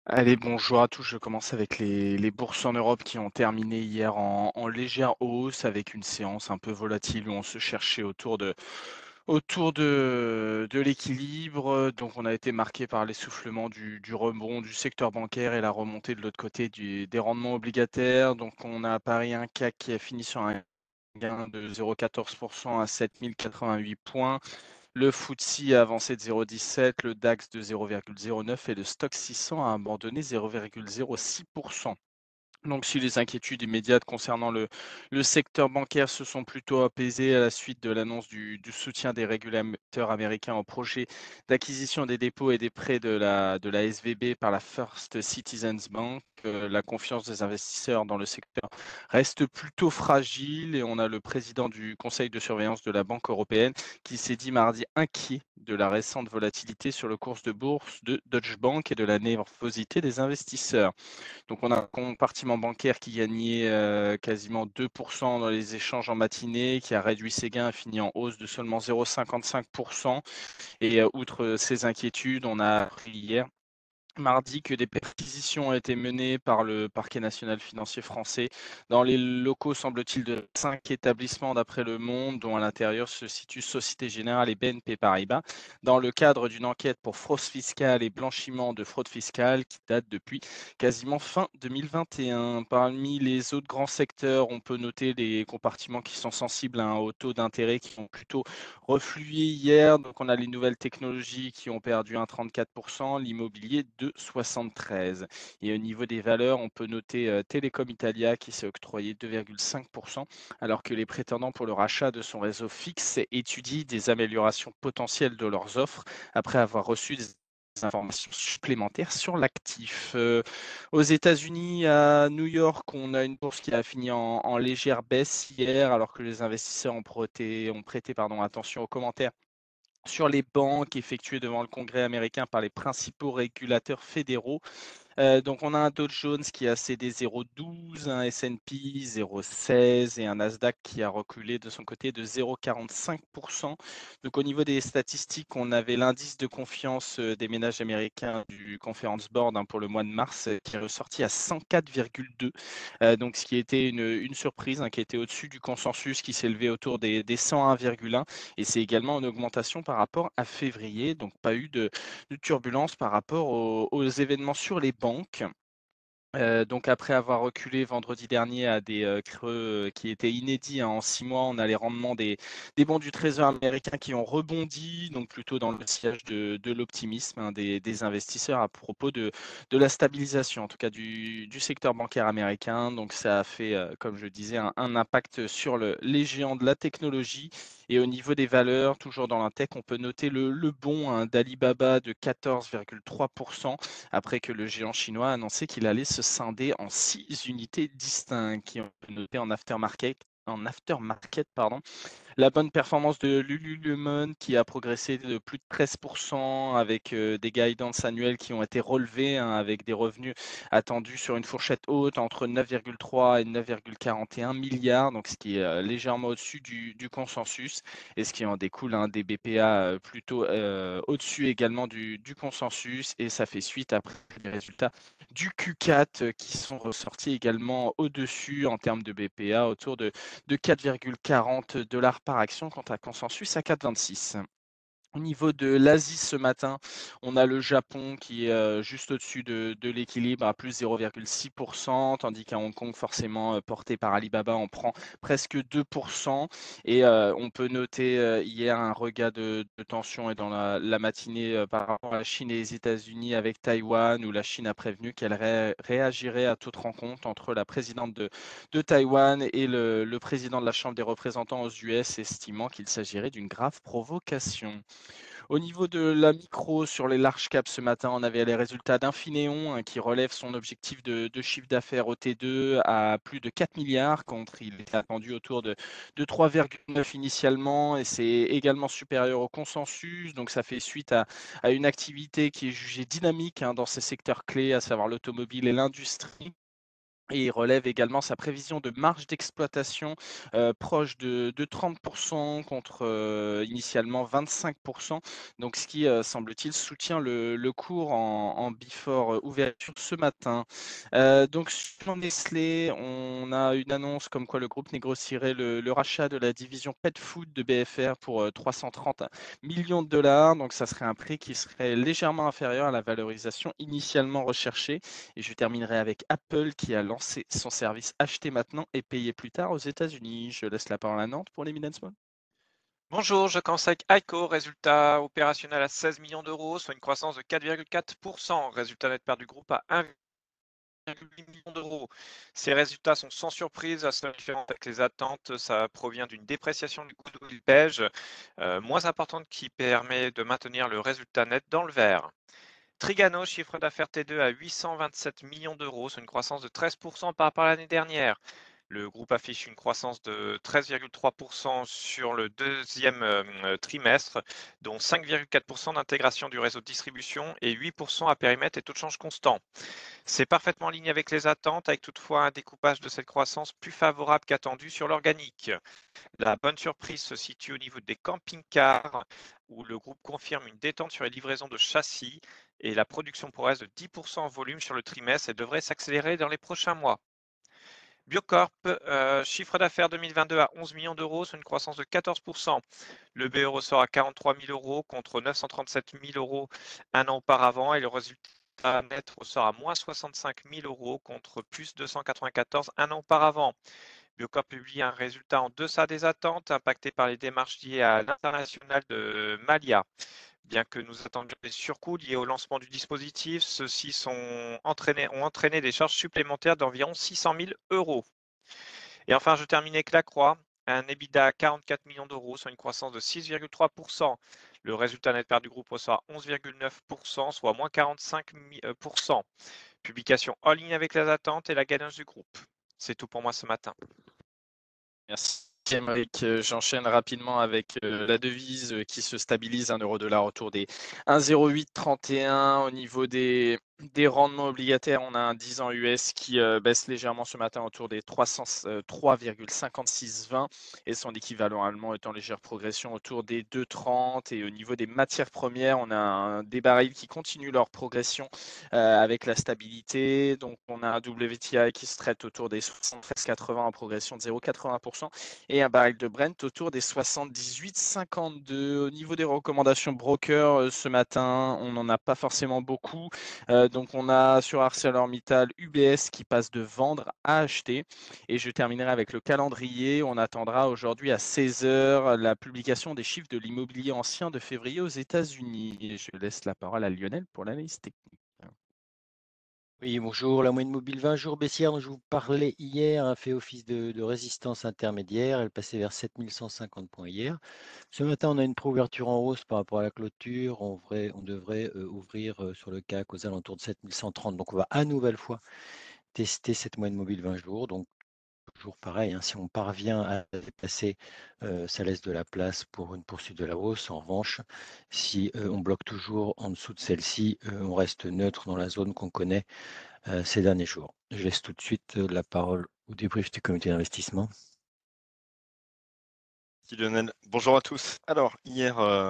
Allez, bonjour à tous. Je commence avec les bourses en Europe qui ont terminé hier en légère hausse avec une séance un peu volatile où on se cherchait autour de l'équilibre. Donc, on a été marqué par l'essoufflement du rebond du secteur bancaire et la remontée de l'autre côté des rendements obligataires. Donc, on a à Paris un CAC qui a fini sur un gain de 0,14% à 7088 points. Le FTSE a avancé de 0,17, le DAX de 0,09 et le Stock 600 a abandonné 0,06%. Donc, si les inquiétudes immédiates concernant le secteur bancaire se sont plutôt apaisées à la suite de l'annonce du soutien des régulateurs américains au projet d'acquisition des dépôts et des prêts de la SVB par la First Citizens Bank, la confiance des investisseurs dans le secteur reste plutôt fragile et on a le président du conseil de surveillance de la Banque européenne qui s'est dit mardi inquiet de la récente volatilité sur le cours de bourse de Deutsche Bank et de la nervosité des investisseurs. Donc on a un compartiment bancaire qui gagnait quasiment 2% dans les échanges en matinée, qui a réduit ses gains, a fini en hausse de seulement 0,55%. Et outre ces inquiétudes, on a appris hier mardi que des perquisitions ont été menées par le parquet national financier français dans les locaux, semble-t-il, de 5 établissements d'après Le Monde, dont à l'intérieur se situent Société Générale et BNP Paribas, dans le cadre d'une enquête pour fraude fiscale et blanchiment de fraude fiscale qui date depuis quasiment fin 2021. Parmi les autres grands secteurs, on peut noter les compartiments qui sont sensibles à un haut taux d'intérêt qui ont plutôt reflué hier. Donc, on a les nouvelles technologies qui ont perdu 1,34%, l'immobilier de 73. Et au niveau des valeurs, on peut noter Telecom Italia qui s'est octroyé 2,5%, alors que les prétendants pour le rachat de son réseau fixe étudient des améliorations potentielles de leurs offres après avoir reçu des informations supplémentaires sur l'actif. Aux États-Unis, à New York, on a une bourse qui a fini en légère baisse hier, alors que les investisseurs ont prêté pardon, attention aux commentaires sur les banques effectuées devant le Congrès américain par les principaux régulateurs fédéraux. Donc on a un Dow Jones qui a cédé 0,12, un S&P 0,16 et un Nasdaq qui a reculé de son côté de 0,45%. Donc au niveau des statistiques, on avait l'indice de confiance des ménages américains du Conference Board pour le mois de mars qui est ressorti à 104,2. Donc ce qui était une surprise, qui était au-dessus du consensus qui s'élevait autour des 101,1 et c'est également une augmentation par rapport à février. Donc pas eu de turbulences par rapport aux événements sur les banques. Donc après avoir reculé vendredi dernier à des, creux, qui étaient inédits, en 6 mois, on a les rendements des bons du trésor américain qui ont rebondi, donc plutôt dans le sillage de l'optimisme, des investisseurs à propos de la stabilisation, en tout cas du secteur bancaire américain. Donc ça a fait, comme je disais, un impact sur les géants de la technologie et au niveau des valeurs, toujours dans la tech, on peut noter le bond, d'Alibaba de 14,3% après que le géant chinois a annoncé qu'il allait se scinder en 6 unités distinctes qui ont été notées en aftermarket, pardon. La bonne performance de Lululemon qui a progressé de plus de 13% avec des guidances annuelles qui ont été relevées, avec des revenus attendus sur une fourchette haute entre 9,3 et 9,41 milliards, donc ce qui est légèrement au-dessus du consensus et ce qui en découle, des BPA plutôt au-dessus également du consensus et ça fait suite après les résultats du Q4 qui sont ressortis également au-dessus en termes de BPA autour de 4,40 dollars par action, quant à Consensus à 4,26. Au niveau de l'Asie ce matin, on a le Japon qui est juste au-dessus de l'équilibre à plus 0,6%, tandis qu'à Hong Kong, forcément porté par Alibaba, on prend presque 2%. Et on peut noter hier un regain de tension et dans la matinée par rapport à la Chine et les États-Unis avec Taïwan, où la Chine a prévenu qu'elle réagirait à toute rencontre entre la présidente de Taïwan et le président de la Chambre des représentants aux US, estimant qu'il s'agirait d'une grave provocation. Au niveau de la micro sur les large caps ce matin, on avait les résultats d'Infineon, qui relève son objectif de chiffre d'affaires au T2 à plus de 4 milliards contre il était attendu autour de 3,9 initialement et c'est également supérieur au consensus. Donc ça fait suite à une activité qui est jugée dynamique, dans ces secteurs clés, à savoir l'automobile et l'industrie. Et il relève également sa prévision de marge d'exploitation, proche de 30 contre, initialement 25. Donc ce qui, semble-t-il, soutient le cours en before, ouverture ce matin. Donc sur Nestlé, on a une annonce comme quoi le groupe négocierait le rachat de la division pet food de BFR pour, 330 millions de dollars. Donc ça serait un prix qui serait légèrement inférieur à la valorisation initialement recherchée. Et je terminerai avec Apple qui a lancé son service acheter maintenant et payer plus tard aux États-Unis. Je laisse la parole à Nantes pour les mid small. Bonjour, je commence avec ICO, résultat opérationnel à 16 millions d'euros, soit une croissance de 4,4%. Résultat net pair du groupe à 1,8 million d'euros. Ces résultats sont sans surprise, la seule différence avec les attentes, ça provient d'une dépréciation du goodwill belge, moins importante qui permet de maintenir le résultat net dans le vert. Trigano, chiffre d'affaires T2 à 827 millions d'euros, c'est une croissance de 13% par rapport à l'année dernière. Le groupe affiche une croissance de 13,3% sur le deuxième trimestre, dont 5,4% d'intégration du réseau de distribution et 8% à périmètre et taux de change constant. C'est parfaitement aligné avec les attentes, avec toutefois un découpage de cette croissance plus favorable qu'attendu sur l'organique. La bonne surprise se situe au niveau des camping-cars, où le groupe confirme une détente sur les livraisons de châssis et la production progresse de 10% en volume sur le trimestre et devrait s'accélérer dans les prochains mois. Biocorp, chiffre d'affaires 2022 à 11 millions d'euros, c'est une croissance de 14%. Le BE ressort à 43 000 euros contre 937 000 euros un an auparavant et le résultat net ressort à moins 65 000 euros contre plus 294 un an auparavant. Biocorp publie un résultat en deçà des attentes, impacté par les démarches liées à l'international de Malia. Bien que nous attendions des surcoûts liés au lancement du dispositif, ceux-ci ont entraîné des charges supplémentaires d'environ 600 000 euros. Et enfin, je termine avec Lacroix, un EBITDA à 44 millions d'euros, soit une croissance de 6,3%. Le résultat net pair du groupe ressort à 11,9%, soit moins 45%. Publication en ligne avec les attentes et la gagnance du groupe. C'est tout pour moi ce matin. Merci Aymeric. J'enchaîne rapidement avec la devise qui se stabilise, un euro dollar autour des 1,0831. Au niveau des rendements obligataires, on a un 10 ans US qui baisse légèrement ce matin autour des 3,5620 et son équivalent allemand est en légère progression autour des 2,30. Et au niveau des matières premières, on a des barils qui continuent leur progression avec la stabilité. Donc on a un WTI qui se traite autour des 73,80 en progression de 0,80% et un baril de Brent autour des 78,52. Au niveau des recommandations broker, ce matin, on n'en a pas forcément beaucoup. Donc on a sur ArcelorMittal UBS qui passe de vendre à acheter. Et je terminerai avec le calendrier. On attendra aujourd'hui à 16 heures la publication des chiffres de l'immobilier ancien de février aux États-Unis. Et je laisse la parole à Lionel pour l'analyse technique. Oui, bonjour. La moyenne mobile 20 jours baissière dont je vous parlais hier a fait office de résistance intermédiaire. Elle passait vers 7150 points hier. Ce matin, on a une préouverture en hausse par rapport à la clôture. On devrait ouvrir sur le CAC aux alentours de 7130. Donc, on va à nouvelle fois tester cette moyenne mobile 20 jours. Donc, toujours pareil, hein, si on parvient à la dépasser, ça laisse de la place pour une poursuite de la hausse. En revanche, si on bloque toujours en dessous de celle-ci, on reste neutre dans la zone qu'on connaît ces derniers jours. Je laisse tout de suite la parole au débrief du comité d'investissement. Merci Lionel. Bonjour à tous. Alors, hier,